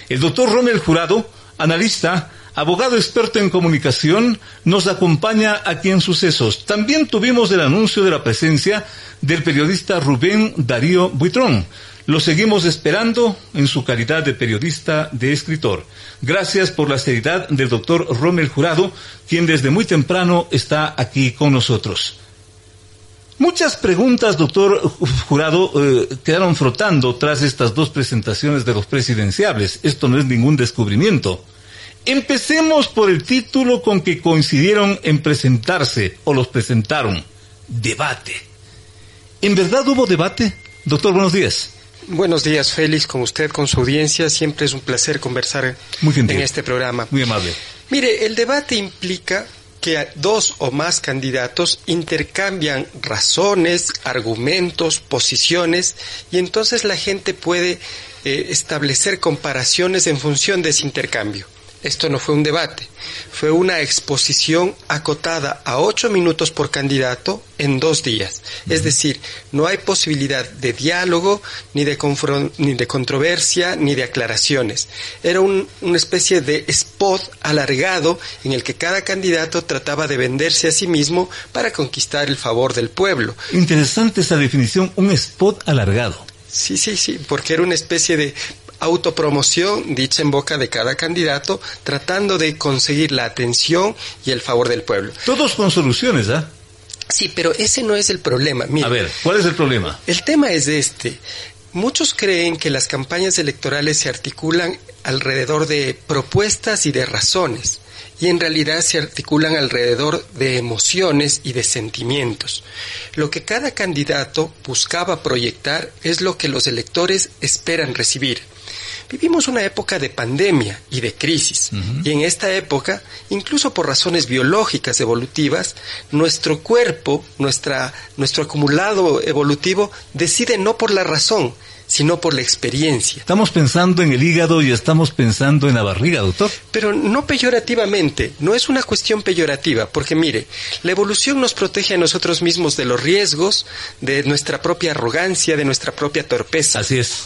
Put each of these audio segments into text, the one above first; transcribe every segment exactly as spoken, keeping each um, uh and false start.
El doctor Rommel Jurado, analista, abogado experto en comunicación, nos acompaña aquí en Sucesos. También tuvimos el anuncio de la presencia del periodista Rubén Darío Buitrón. Lo seguimos esperando en su calidad de periodista, de escritor. Gracias por la seriedad del doctor Rommel Jurado, quien desde muy temprano está aquí con nosotros. Muchas preguntas, doctor Jurado, eh, quedaron flotando tras estas dos presentaciones de los presidenciables. Esto no es ningún descubrimiento. Empecemos por el título con que coincidieron en presentarse, o los presentaron. Debate. ¿En verdad hubo debate? Doctor, buenos días. Buenos días, Félix, con usted, con su audiencia. Siempre es un placer conversar en este programa. Muy amable. Mire, el debate implica que dos o más candidatos intercambian razones, argumentos, posiciones, y entonces la gente puede eh, establecer comparaciones en función de ese intercambio. Esto no fue un debate, fue una exposición acotada a ocho minutos por candidato en dos días. Uh-huh. Es decir, no hay posibilidad de diálogo, ni de confron- ni de controversia, ni de aclaraciones. Era un, una especie de spot alargado en el que cada candidato trataba de venderse a sí mismo para conquistar el favor del pueblo. Interesante esa definición, un spot alargado. Sí, sí, sí, porque era una especie de autopromoción dicha en boca de cada candidato, tratando de conseguir la atención y el favor del pueblo. Todos con soluciones, ¿ah? ¿eh? Sí, pero ese no es el problema. Mira, a ver, ¿cuál es el problema? El tema es este. Muchos creen que las campañas electorales se articulan alrededor de propuestas y de razones, y en realidad se articulan alrededor de emociones y de sentimientos. Lo que cada candidato buscaba proyectar es lo que los electores esperan recibir. Vivimos una época de pandemia y de crisis, uh-huh. y en esta época, incluso por razones biológicas evolutivas, nuestro cuerpo, nuestra, nuestro acumulado evolutivo decide no por la razón, sino por la experiencia. Estamos pensando en el hígado y estamos pensando en la barriga, doctor. Pero no peyorativamente, no es una cuestión peyorativa, porque mire, la evolución nos protege a nosotros mismos de los riesgos, de nuestra propia arrogancia, de nuestra propia torpeza. Así es.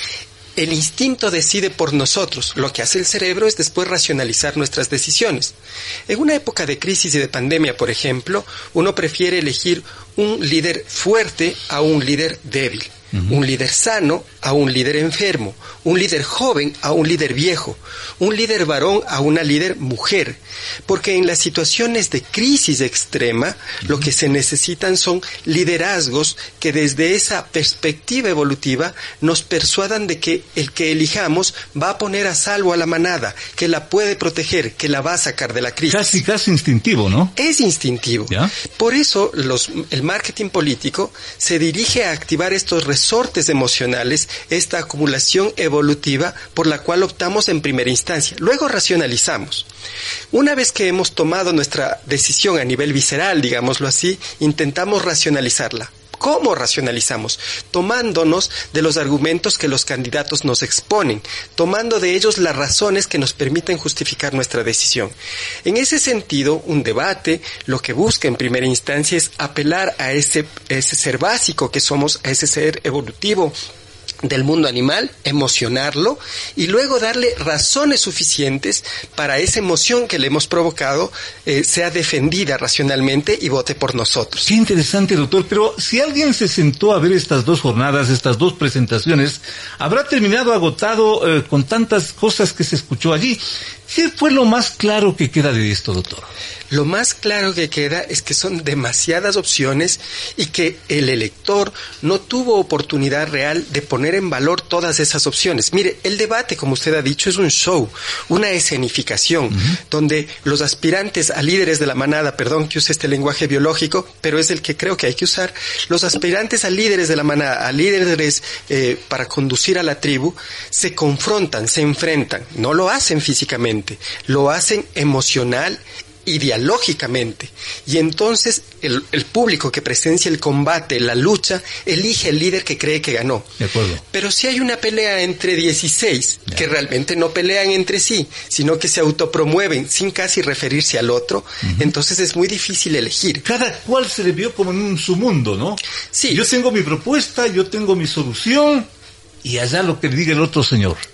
El instinto decide por nosotros. Lo que hace el cerebro es después racionalizar nuestras decisiones. En una época de crisis y de pandemia, por ejemplo, uno prefiere elegir un líder fuerte a un líder débil. Uh-huh. Un líder sano a un líder enfermo, un líder joven a un líder viejo, un líder varón a una líder mujer, porque en las situaciones de crisis extrema uh-huh. lo que se necesitan son liderazgos que desde esa perspectiva evolutiva nos persuadan de que el que elijamos va a poner a salvo a la manada, que la puede proteger, que la va a sacar de la crisis. Casi, casi instintivo, ¿no? Es instintivo. ¿Ya? Por eso los, el marketing político se dirige a activar estos resortes emocionales, esta acumulación evolutiva por la cual optamos en primera instancia. Luego racionalizamos. Una vez que hemos tomado nuestra decisión a nivel visceral, digámoslo así, intentamos racionalizarla. ¿Cómo racionalizamos? Tomándonos de los argumentos que los candidatos nos exponen, tomando de ellos las razones que nos permiten justificar nuestra decisión. En ese sentido, un debate lo que busca en primera instancia es apelar a ese, ese ser básico que somos, a ese ser evolutivo del mundo animal, emocionarlo y luego darle razones suficientes para esa emoción que le hemos provocado eh, sea defendida racionalmente y vote por nosotros. Qué interesante, doctor, pero si alguien se sentó a ver estas dos jornadas, estas dos presentaciones, habrá terminado agotado eh, con tantas cosas que se escuchó allí. ¿Qué fue lo más claro que queda de esto, doctor? Lo más claro que queda es que son demasiadas opciones y que el elector no tuvo oportunidad real de poner en valor todas esas opciones. Mire, el debate, como usted ha dicho, es un show, una escenificación, uh-huh. donde los aspirantes a líderes de la manada, perdón que use este lenguaje biológico, pero es el que creo que hay que usar, los aspirantes a líderes de la manada, a líderes eh, para conducir a la tribu, se confrontan, se enfrentan, no lo hacen físicamente, lo hacen emocional y dialógicamente, y entonces el, el público que presencia el combate, la lucha, elige el líder que cree que ganó. De acuerdo. Pero si hay una pelea entre dieciséis ya. que realmente no pelean entre sí, sino que se autopromueven sin casi referirse al otro, uh-huh. entonces es muy difícil elegir. Cada cual se le vio como en un su mundo, ¿no? Sí. Yo tengo mi propuesta, yo tengo mi solución, y allá lo que diga el otro señor.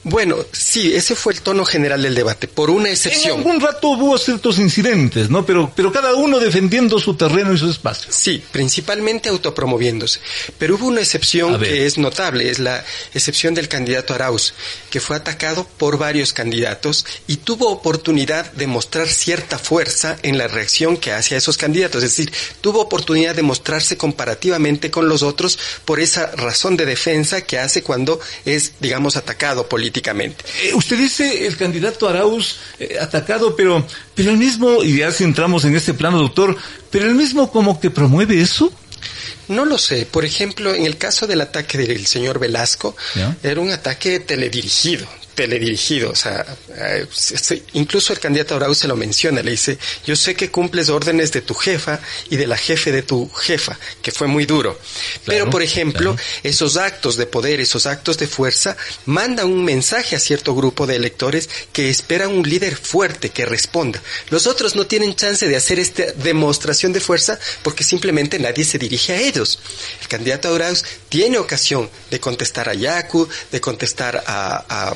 Bueno, sí, ese fue el tono general del debate, por una excepción. En algún rato hubo ciertos incidentes, ¿no? Pero, pero cada uno defendiendo su terreno y su espacio. Sí, principalmente autopromoviéndose. Pero hubo una excepción que es notable, es la excepción del candidato Arauz, que fue atacado por varios candidatos y tuvo oportunidad de mostrar cierta fuerza en la reacción que hace a esos candidatos. Es decir, tuvo oportunidad de mostrarse comparativamente con los otros por esa razón de defensa que hace cuando es, digamos, atacado políticamente. Eh, usted dice el candidato Arauz eh, atacado, pero, pero el mismo, y ya si entramos en ese plano, doctor, pero el mismo como que promueve eso. No lo sé. Por ejemplo, en el caso del ataque del señor Velasco, ¿ya? Era un ataque teledirigido. teledirigido, o sea, eh, incluso el candidato Arauz se lo menciona, le dice, yo sé que cumples órdenes de tu jefa y de la jefe de tu jefa, que fue muy duro. Claro, pero, por ejemplo, claro. esos actos de poder, esos actos de fuerza, mandan un mensaje a cierto grupo de electores que esperan un líder fuerte que responda. Los otros no tienen chance de hacer esta demostración de fuerza porque simplemente nadie se dirige a ellos. El candidato Arauz tiene ocasión de contestar a Yacu, de contestar a, a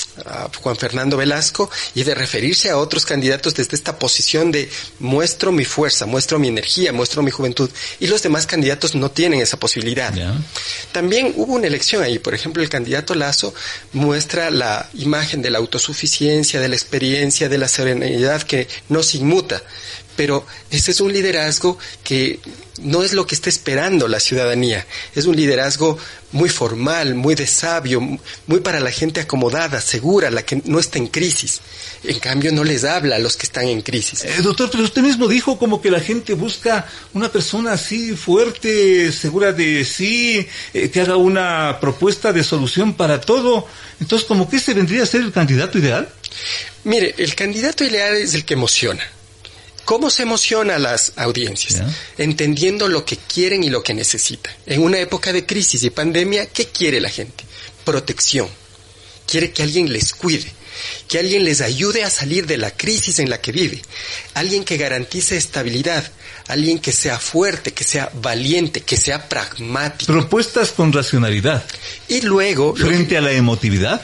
a Juan Fernando Velasco y de referirse a otros candidatos desde esta posición de muestro mi fuerza, muestro mi energía, muestro mi juventud, y los demás candidatos no tienen esa posibilidad. Yeah. También hubo una elección ahí, por ejemplo, el candidato Lasso muestra la imagen de la autosuficiencia, de la experiencia, de la serenidad que no se inmuta. Pero ese es un liderazgo que no es lo que está esperando la ciudadanía. Es un liderazgo muy formal, muy de sabio, muy para la gente acomodada, segura, la que no está en crisis. En cambio, no les habla a los que están en crisis. Eh, doctor, pero usted mismo dijo como que la gente busca una persona así fuerte, segura de sí, eh, que haga una propuesta de solución para todo. Entonces, ¿cómo que ese vendría a ser el candidato ideal? Mire, el candidato ideal es el que emociona. ¿Cómo se emociona a las audiencias? Yeah. Entendiendo lo que quieren y lo que necesitan. En una época de crisis y pandemia, ¿qué quiere la gente? Protección. Quiere que alguien les cuide, que alguien les ayude a salir de la crisis en la que vive, alguien que garantice estabilidad, alguien que sea fuerte, que sea valiente, que sea pragmático. Propuestas con racionalidad. Y luego... ¿Frente que, a la emotividad?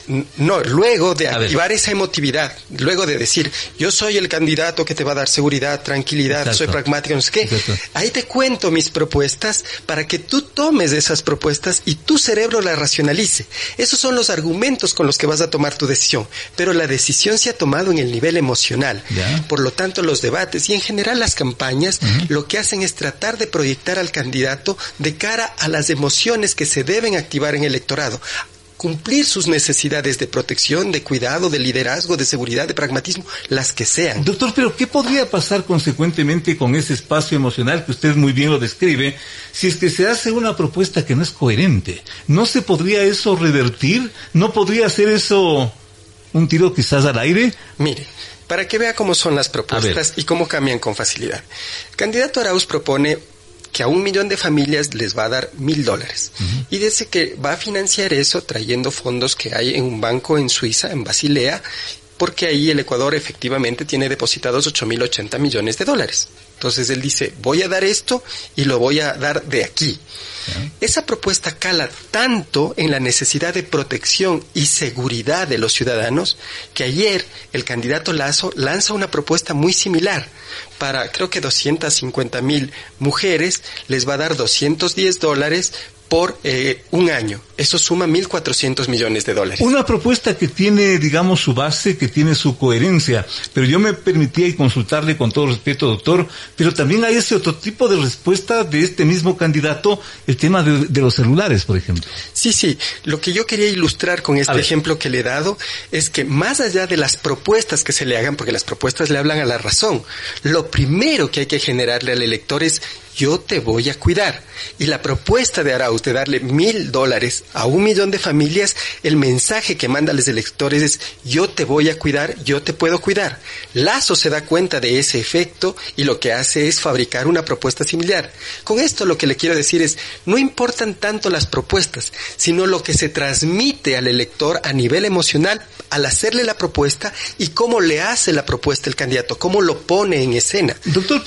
No, luego de activar esa emotividad, luego de decir, yo soy el candidato que te va a dar seguridad, tranquilidad, Exacto. soy pragmático, no sé qué. Exacto. Ahí te cuento mis propuestas para que tú tomes esas propuestas y tu cerebro las racionalice. Esos son los argumentos con los que vas a tomar tu decisión. Pero la decisión se ha tomado en el nivel emocional. ¿Ya? Por lo tanto, los debates y en general las campañas uh-huh. lo que hacen es tratar de proyectar al candidato de cara a las emociones que se deben activar en el electorado. Cumplir sus necesidades de protección, de cuidado, de liderazgo, de seguridad, de pragmatismo, las que sean. Doctor, pero ¿qué podría pasar consecuentemente con ese espacio emocional que usted muy bien lo describe si es que se hace una propuesta que no es coherente? ¿No se podría eso revertir? ¿No podría hacer eso un tiro quizás al aire? Mire, para que vea cómo son las propuestas y cómo cambian con facilidad. El candidato Arauz propone que a un millón de familias les va a dar mil dólares. Uh-huh. Y dice que va a financiar eso trayendo fondos que hay en un banco en Suiza, en Basilea, porque ahí el Ecuador efectivamente tiene depositados ocho mil ochenta millones de dólares. Entonces él dice, voy a dar esto y lo voy a dar de aquí. Uh-huh. Esa propuesta cala tanto en la necesidad de protección y seguridad de los ciudadanos que ayer el candidato Lasso lanza una propuesta muy similar. Para creo que doscientas cincuenta mil mujeres les va a dar doscientos diez dólares por eh, un año. Eso suma mil cuatrocientos millones de dólares. Una propuesta que tiene, digamos, su base, que tiene su coherencia. Pero yo me permitía y consultarle con todo respeto, doctor, pero también hay ese otro tipo de respuesta de este mismo candidato, el tema de, de los celulares, por ejemplo. Sí, sí. Lo que yo quería ilustrar con este ejemplo que le he dado es que más allá de las propuestas que se le hagan, porque las propuestas le hablan a la razón, lo primero que hay que generarle al elector es yo te voy a cuidar. Y la propuesta de Arauz de darle mil dólares a un millón de familias, el mensaje que manda a los electores es yo te voy a cuidar, yo te puedo cuidar. Lasso se da cuenta de ese efecto y lo que hace es fabricar una propuesta similar. Con esto lo que le quiero decir es, no importan tanto las propuestas, sino lo que se transmite al elector a nivel emocional al hacerle la propuesta y cómo le hace la propuesta el candidato, cómo lo pone en escena. Doctor, pero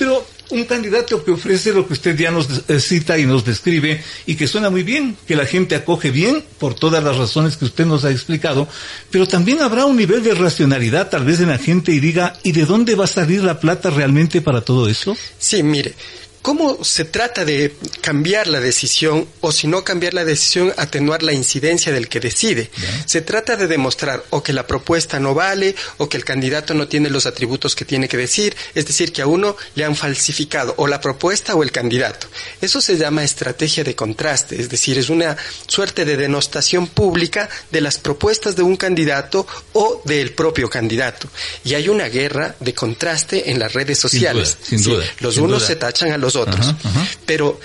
un candidato que ofrece lo que usted ya nos cita y nos describe y que suena muy bien, que la gente acoge bien por todas las razones que usted nos ha explicado, pero también habrá un nivel de racionalidad tal vez en la gente y diga, ¿y de dónde va a salir la plata realmente para todo eso? Sí, mire, ¿cómo se trata de cambiar la decisión o si no cambiar la decisión, atenuar la incidencia del que decide? Yeah. Se trata de demostrar o que la propuesta no vale o que el candidato no tiene los atributos que tiene que decir, es decir, que a uno le han falsificado o la propuesta o el candidato. Eso se llama estrategia de contraste, es decir, es una suerte de denostación pública de las propuestas de un candidato o del propio candidato. Y hay una guerra de contraste en las redes sociales. Sin duda, sin duda, sí, los sin unos duda. se tachan a los otros, uh-huh, uh-huh. Pero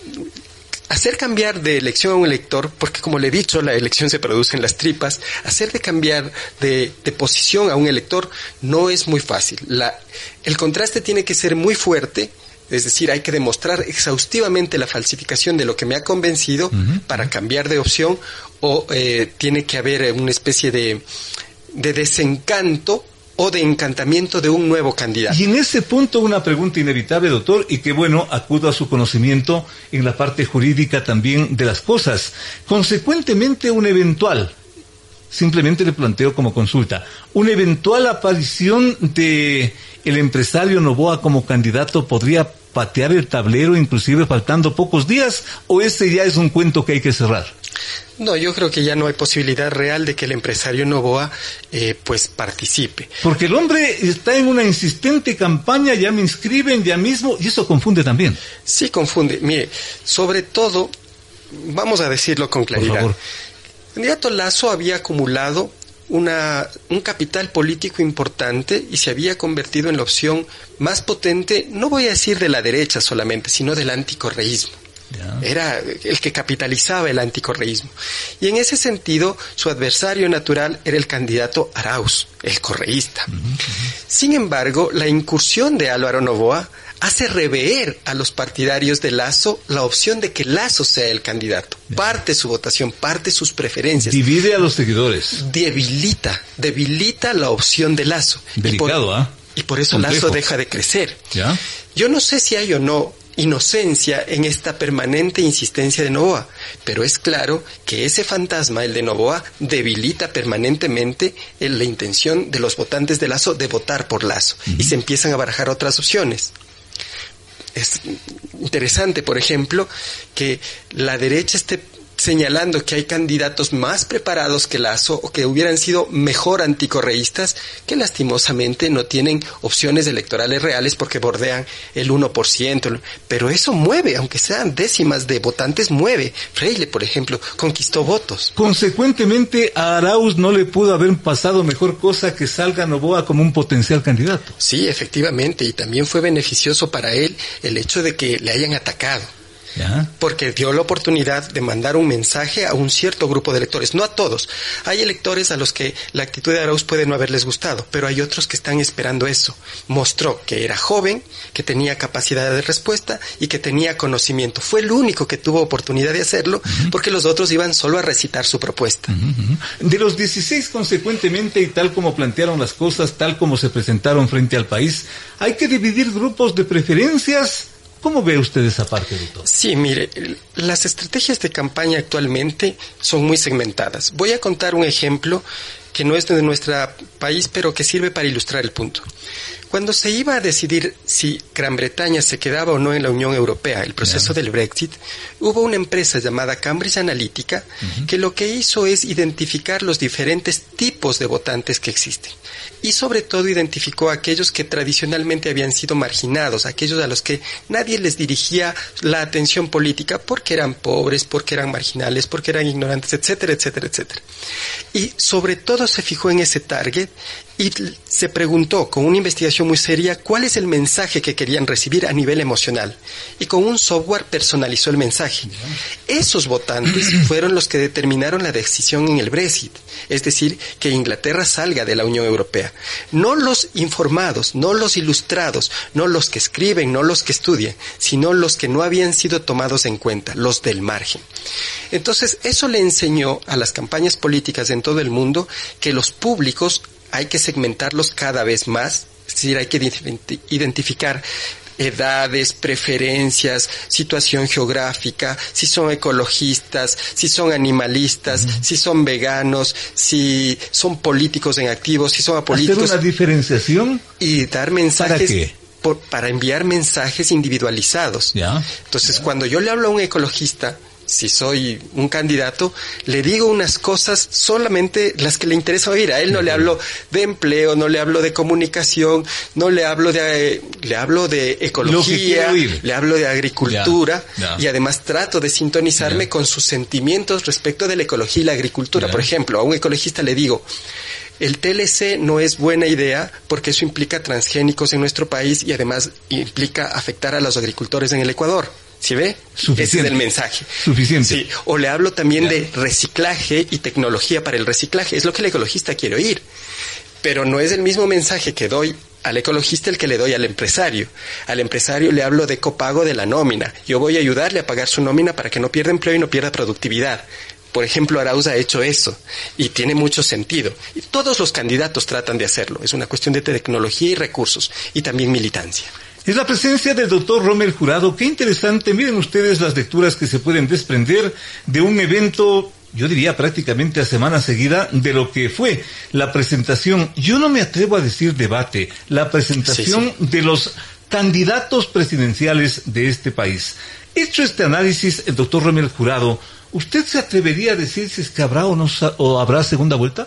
hacer cambiar de elección a un elector, porque como le he dicho, la elección se produce en las tripas, hacer de cambiar de, de posición a un elector no es muy fácil. La, el contraste tiene que ser muy fuerte, es decir, hay que demostrar exhaustivamente la falsificación de lo que me ha convencido uh-huh. para cambiar de opción, o eh, tiene que haber una especie de, de desencanto o de encantamiento de un nuevo candidato. Y en ese punto una pregunta inevitable, doctor, y que bueno, acudo a su conocimiento en la parte jurídica también de las cosas. Consecuentemente, un eventual, simplemente le planteo como consulta, una eventual aparición de el empresario Noboa como candidato podría patear el tablero, inclusive faltando pocos días, o ese ya es un cuento que hay que cerrar. No, yo creo que ya no hay posibilidad real de que el empresario Noboa eh, pues participe. Porque el hombre está en una insistente campaña, ya me inscriben, ya mismo, y eso confunde también. Sí, confunde. Mire, sobre todo, vamos a decirlo con claridad. Por favor. El candidato Lasso había acumulado una, un capital político importante y se había convertido en la opción más potente, no voy a decir de la derecha solamente, sino del anticorreísmo. Yeah. Era el que capitalizaba el anticorreísmo. Y en ese sentido, su adversario natural era el candidato Arauz, el correísta. Uh-huh, uh-huh. Sin embargo, la incursión de Álvaro Noboa hace rever a los partidarios de Lasso la opción de que Lasso sea el candidato. Yeah. Parte su votación, parte sus preferencias. Divide a los seguidores. Debilita, debilita la opción de Lasso. Delicado, ¿ah? Y, ¿eh? y por eso Complejo. Lasso deja de crecer. ¿Ya? Yo no sé si hay o no inocencia en esta permanente insistencia de Noboa, pero es claro que ese fantasma, el de Noboa, debilita permanentemente la intención de los votantes de Lasso de votar por Lasso, uh-huh. y se empiezan a barajar otras opciones. Es interesante, por ejemplo, que la derecha esté señalando que hay candidatos más preparados que Lasso o que hubieran sido mejor anticorreístas, que lastimosamente no tienen opciones electorales reales porque bordean el uno por ciento. Pero eso mueve, aunque sean décimas de votantes, mueve. Freire, por ejemplo, conquistó votos. Consecuentemente, a Arauz no le pudo haber pasado mejor cosa que salga Noboa como un potencial candidato. Sí, efectivamente, y también fue beneficioso para él el hecho de que le hayan atacado. ¿Ya? Porque dio la oportunidad de mandar un mensaje a un cierto grupo de electores, no a todos. Hay electores a los que la actitud de Arauz puede no haberles gustado, pero hay otros que están esperando eso. Mostró que era joven, que tenía capacidad de respuesta y que tenía conocimiento. Fue el único que tuvo oportunidad de hacerlo, uh-huh. porque los otros iban solo a recitar su propuesta. Uh-huh. De los dieciséis, consecuentemente, y tal como plantearon las cosas, tal como se presentaron frente al país, hay que dividir grupos de preferencias. ¿Cómo ve usted esa parte, doctor? Sí, mire, las estrategias de campaña actualmente son muy segmentadas. Voy a contar un ejemplo que no es de nuestro país, pero que sirve para ilustrar el punto. Cuando se iba a decidir si Gran Bretaña se quedaba o no en la Unión Europea, el proceso yeah. del Brexit, hubo una empresa llamada Cambridge Analytica uh-huh. que lo que hizo es identificar los diferentes tipos de votantes que existen. Y sobre todo identificó a aquellos que tradicionalmente habían sido marginados, aquellos a los que nadie les dirigía la atención política porque eran pobres, porque eran marginales, porque eran ignorantes, etcétera, etcétera, etcétera. Y sobre todo se fijó en ese target y se preguntó con una investigación muy seria cuál es el mensaje que querían recibir a nivel emocional. Y con un software personalizó el mensaje. Esos votantes fueron los que determinaron la decisión en el Brexit, es decir, que Inglaterra salga de la Unión Europea. No los informados, no los ilustrados, no los que escriben, no los que estudian, sino los que no habían sido tomados en cuenta, los del margen. Entonces, eso le enseñó a las campañas políticas en todo el mundo que los públicos hay que segmentarlos cada vez más, es decir, hay que identificar edades, preferencias, situación geográfica, si son ecologistas, si son animalistas, uh-huh. si son veganos, si son políticos en activo, si son apolíticos. Hacer una diferenciación. Y dar mensajes. ¿Para qué? Por, para enviar mensajes individualizados. ¿Ya? Entonces, ¿Ya? Cuando yo le hablo a un ecologista, si soy un candidato, le digo unas cosas solamente las que le interesa oír. A él no le hablo de empleo, no le hablo de comunicación, no le hablo de, le hablo de ecología, le hablo de agricultura, ya, ya. y además trato de sintonizarme ya. con sus sentimientos respecto de la ecología y la agricultura. Ya. Por ejemplo, a un ecologista le digo, el T L C no es buena idea porque eso implica transgénicos en nuestro país y además implica afectar a los agricultores en el Ecuador. ¿Sí ve? Suficiente. Ese es el mensaje. Suficiente. Sí. O le hablo también ya. de reciclaje y tecnología para el reciclaje. Es lo que el ecologista quiere oír. Pero no es el mismo mensaje que doy al ecologista el que le doy al empresario. Al empresario le hablo de copago de la nómina. Yo voy a ayudarle a pagar su nómina para que no pierda empleo y no pierda productividad. Por ejemplo, Arauz ha hecho eso y tiene mucho sentido. Y todos los candidatos tratan de hacerlo. Es una cuestión de tecnología y recursos y también militancia. Es la presencia del doctor Rommel Jurado. Qué interesante. Miren ustedes las lecturas que se pueden desprender de un evento, yo diría prácticamente a semana seguida, de lo que fue la presentación. Yo no me atrevo a decir debate, la presentación sí, sí. de los candidatos presidenciales de este país. Hecho este análisis, el doctor Rommel Jurado, ¿usted se atrevería a decir si es que habrá o no o habrá segunda vuelta?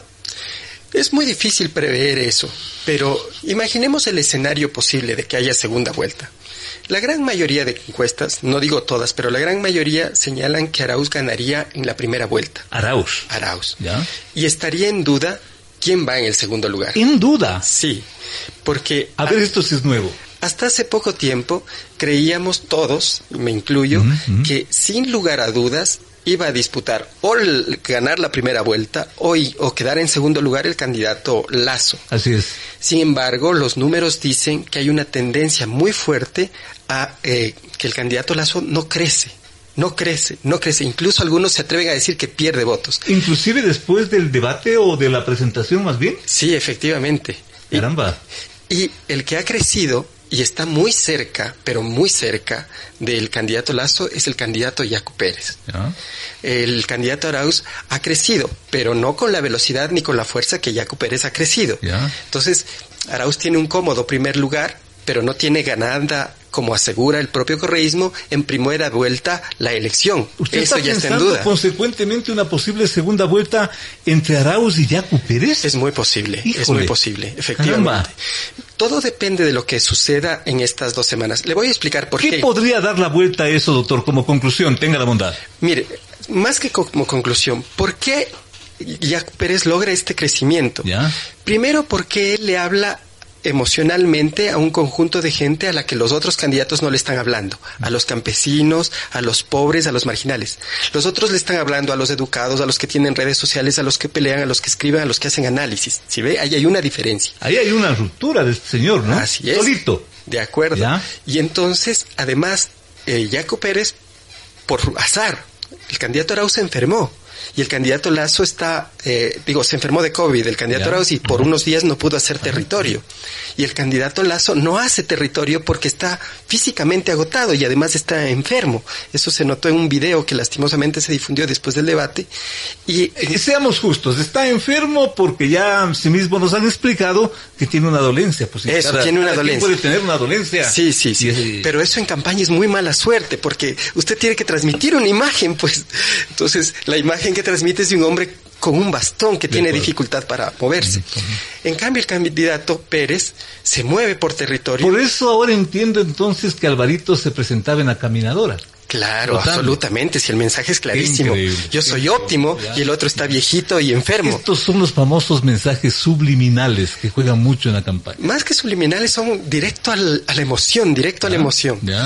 Es muy difícil prever eso, pero imaginemos el escenario posible de que haya segunda vuelta. La gran mayoría de encuestas, no digo todas, pero la gran mayoría señalan que Arauz ganaría en la primera vuelta. Arauz. Arauz. ¿Ya? Y estaría en duda quién va en el segundo lugar. ¿En duda? Sí, porque... A ver, esto sí es nuevo. Hasta hace poco tiempo creíamos todos, me incluyo, uh-huh. que sin lugar a dudas iba a disputar o el, ganar la primera vuelta o, o quedar en segundo lugar el candidato Lasso. Así es. Sin embargo, los números dicen que hay una tendencia muy fuerte a eh, que el candidato Lasso no crece. No crece, no crece. Incluso algunos se atreven a decir que pierde votos. ¿Inclusive después del debate o de la presentación más bien? Sí, efectivamente. Caramba. Y, y el que ha crecido y está muy cerca, pero muy cerca del candidato Lasso es el candidato Yacu Pérez. ¿Ah? El candidato Arauz ha crecido, pero no con la velocidad ni con la fuerza que Yacu Pérez ha crecido. ¿Ya? Entonces, Arauz tiene un cómodo primer lugar, pero no tiene ganada, como asegura el propio correísmo, en primera vuelta la elección. ¿Usted Eso está ya está en duda. Consecuentemente una posible segunda vuelta entre Arauz y Yacu Pérez? Es muy posible, Híjole. es muy posible, efectivamente. Caramba. Todo depende de lo que suceda en estas dos semanas. Le voy a explicar por qué. ¿Qué podría dar la vuelta a eso, doctor, como conclusión? Tenga la bondad. Mire, más que como conclusión, ¿por qué Yacu Pérez logra este crecimiento? ¿Ya? Primero, porque él le habla emocionalmente a un conjunto de gente a la que los otros candidatos no le están hablando, a los campesinos, a los pobres, a los marginales. Los otros le están hablando a los educados, a los que tienen redes sociales, a los que pelean, a los que escriben, a los que hacen análisis. ¿Sí ve? Ahí hay una diferencia. Ahí hay una ruptura de este señor, ¿no? Así es. Solito. De acuerdo. ¿Ya? Y entonces, además, eh, Yacu Pérez, por azar, el candidato Arauz se enfermó. Y el candidato Lasso está, eh, digo, se enfermó de COVID, el candidato Arauz, y por unos días no pudo hacer territorio. Y el candidato Lasso no hace territorio porque está físicamente agotado y además está enfermo. Eso se notó en un video que lastimosamente se difundió después del debate. Y eh, seamos justos, está enfermo porque ya sí mismo nos han explicado que tiene una dolencia. Pues, eso, cada, tiene una cada dolencia. puede tener una dolencia. Sí, sí, sí. Y, pero eso en campaña es muy mala suerte porque usted tiene que transmitir una imagen, pues. Entonces, la imagen que transmite es de un hombre con un bastón que de tiene acuerdo. dificultad para moverse. Uh-huh. En cambio, el candidato Pérez se mueve por territorio. Por eso ahora entiendo entonces que Alvarito se presentaba en la caminadora. Claro, Rotando. absolutamente, si el mensaje es clarísimo. Yo soy óptimo ya. y el otro está viejito y enfermo. Estos son los famosos mensajes subliminales que juegan mucho en la campaña. Más que subliminales, son directo al, a la emoción, directo ¿Ya? a la emoción. ¿Ya?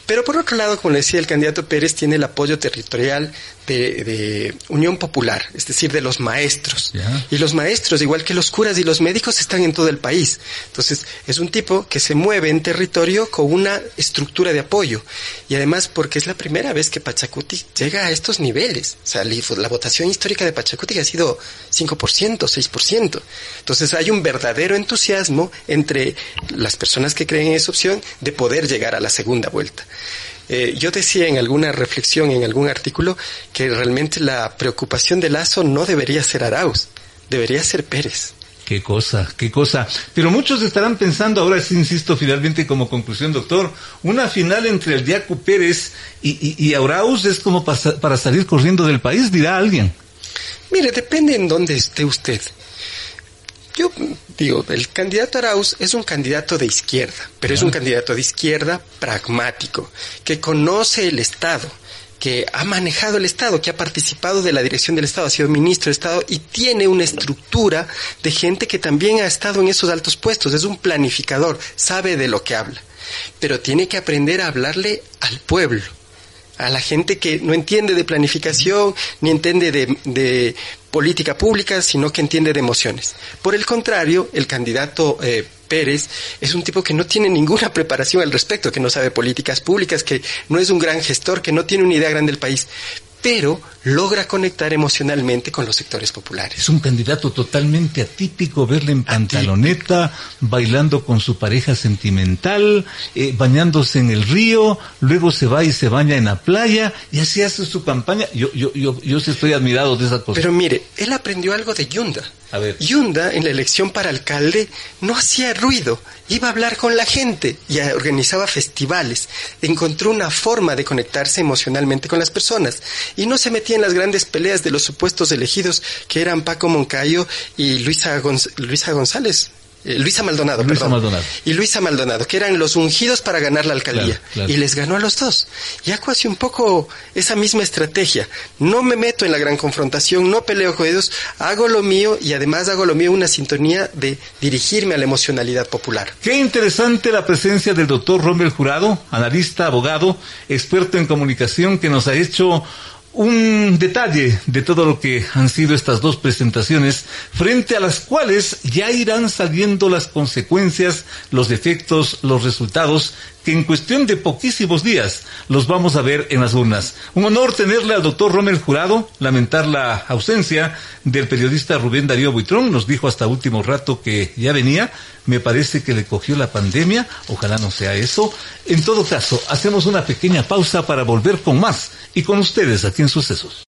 Pero por otro lado, como le decía, el candidato Pérez tiene el apoyo territorial de, de Unión Popular, es decir, de los maestros. Yeah. Y los maestros, igual que los curas y los médicos, están en todo el país. Entonces, es un tipo que se mueve en territorio con una estructura de apoyo. Y además, porque es la primera vez que Pachacuti llega a estos niveles. O sea, la votación histórica de Pachacuti ha sido cinco por ciento, seis por ciento. Entonces, hay un verdadero entusiasmo entre las personas que creen en esa opción de poder llegar a la segunda vuelta. Eh, yo decía en alguna reflexión, en algún artículo, que realmente la preocupación de Lasso no debería ser Arauz, debería ser Pérez. Qué cosa, qué cosa. Pero muchos estarán pensando, ahora sí insisto finalmente como conclusión, doctor, una final entre el Diaco Pérez y, y, y Arauz es como para, para salir corriendo del país, dirá alguien. Mire, depende en dónde esté usted. Yo digo, el candidato Arauz es un candidato de izquierda, pero es un candidato de izquierda pragmático, que conoce el Estado, que ha manejado el Estado, que ha participado de la dirección del Estado, ha sido ministro de Estado y tiene una estructura de gente que también ha estado en esos altos puestos. Es un planificador, sabe de lo que habla, pero tiene que aprender a hablarle al pueblo, a la gente que no entiende de planificación, ni entiende de, de política pública, sino que entiende de emociones. Por el contrario, el candidato eh, Pérez es un tipo que no tiene ninguna preparación al respecto, que no sabe políticas públicas, que no es un gran gestor, que no tiene una idea grande del país, pero logra conectar emocionalmente con los sectores populares. Es un candidato totalmente atípico, verle en pantaloneta, atípico, bailando con su pareja sentimental, eh, bañándose en el río, luego se va y se baña en la playa, y así hace su campaña. Yo, yo, yo, yo sí estoy admirado de esa cosa. Pero mire, él aprendió algo de Yunda. A ver. Yunda, en la elección para alcalde, no hacía ruido, iba a hablar con la gente y organizaba festivales. Encontró una forma de conectarse emocionalmente con las personas y no se metía en las grandes peleas de los supuestos elegidos que eran Paco Moncayo y Luisa, Gonz- Luisa González. Eh, Luisa Maldonado, Luisa perdón. Maldonado. Y Luisa Maldonado, que eran los ungidos para ganar la alcaldía. Claro, claro. Y les ganó a los dos. Yaco hace un poco esa misma estrategia. No me meto en la gran confrontación, no peleo con ellos, hago lo mío y además hago lo mío una sintonía de dirigirme a la emocionalidad popular. Qué interesante la presencia del doctor Rommel Jurado, analista, abogado, experto en comunicación, que nos ha hecho un detalle de todo lo que han sido estas dos presentaciones, frente a las cuales ya irán saliendo las consecuencias, los efectos, los resultados, que en cuestión de poquísimos días los vamos a ver en las urnas. Un honor tenerle al doctor Rommel Jurado, lamentar la ausencia del periodista Rubén Darío Buitrón, nos dijo hasta último rato que ya venía, me parece que le cogió la pandemia, ojalá no sea eso. En todo caso, hacemos una pequeña pausa para volver con más, y con ustedes aquí en Sucesos.